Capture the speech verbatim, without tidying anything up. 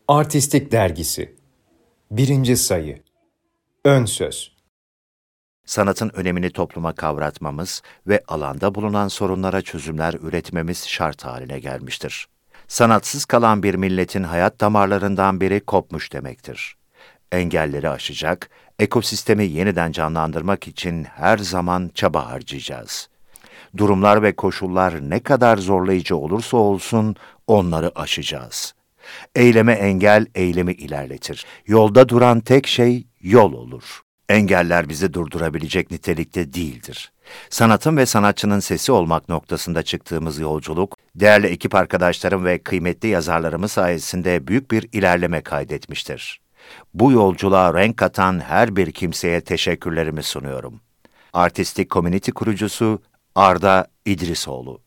Artistik Dergisi birinci Sayı Ön Söz. Sanatın önemini topluma kavratmamız ve alanda bulunan sorunlara çözümler üretmemiz şart haline gelmiştir. Sanatsız kalan bir milletin hayat damarlarından biri kopmuş demektir. Engelleri aşacak, ekosistemi yeniden canlandırmak için her zaman çaba harcayacağız. Durumlar ve koşullar ne kadar zorlayıcı olursa olsun onları aşacağız. Eyleme engel, eylemi ilerletir. Yolda duran tek şey yol olur. Engeller bizi durdurabilecek nitelikte değildir. Sanatın ve sanatçının sesi olmak noktasında çıktığımız yolculuk, değerli ekip arkadaşlarım ve kıymetli yazarlarımız sayesinde büyük bir ilerleme kaydetmiştir. Bu yolculuğa renk katan her bir kimseye teşekkürlerimi sunuyorum. Artistik Community kurucusu Arda İdrisoğlu.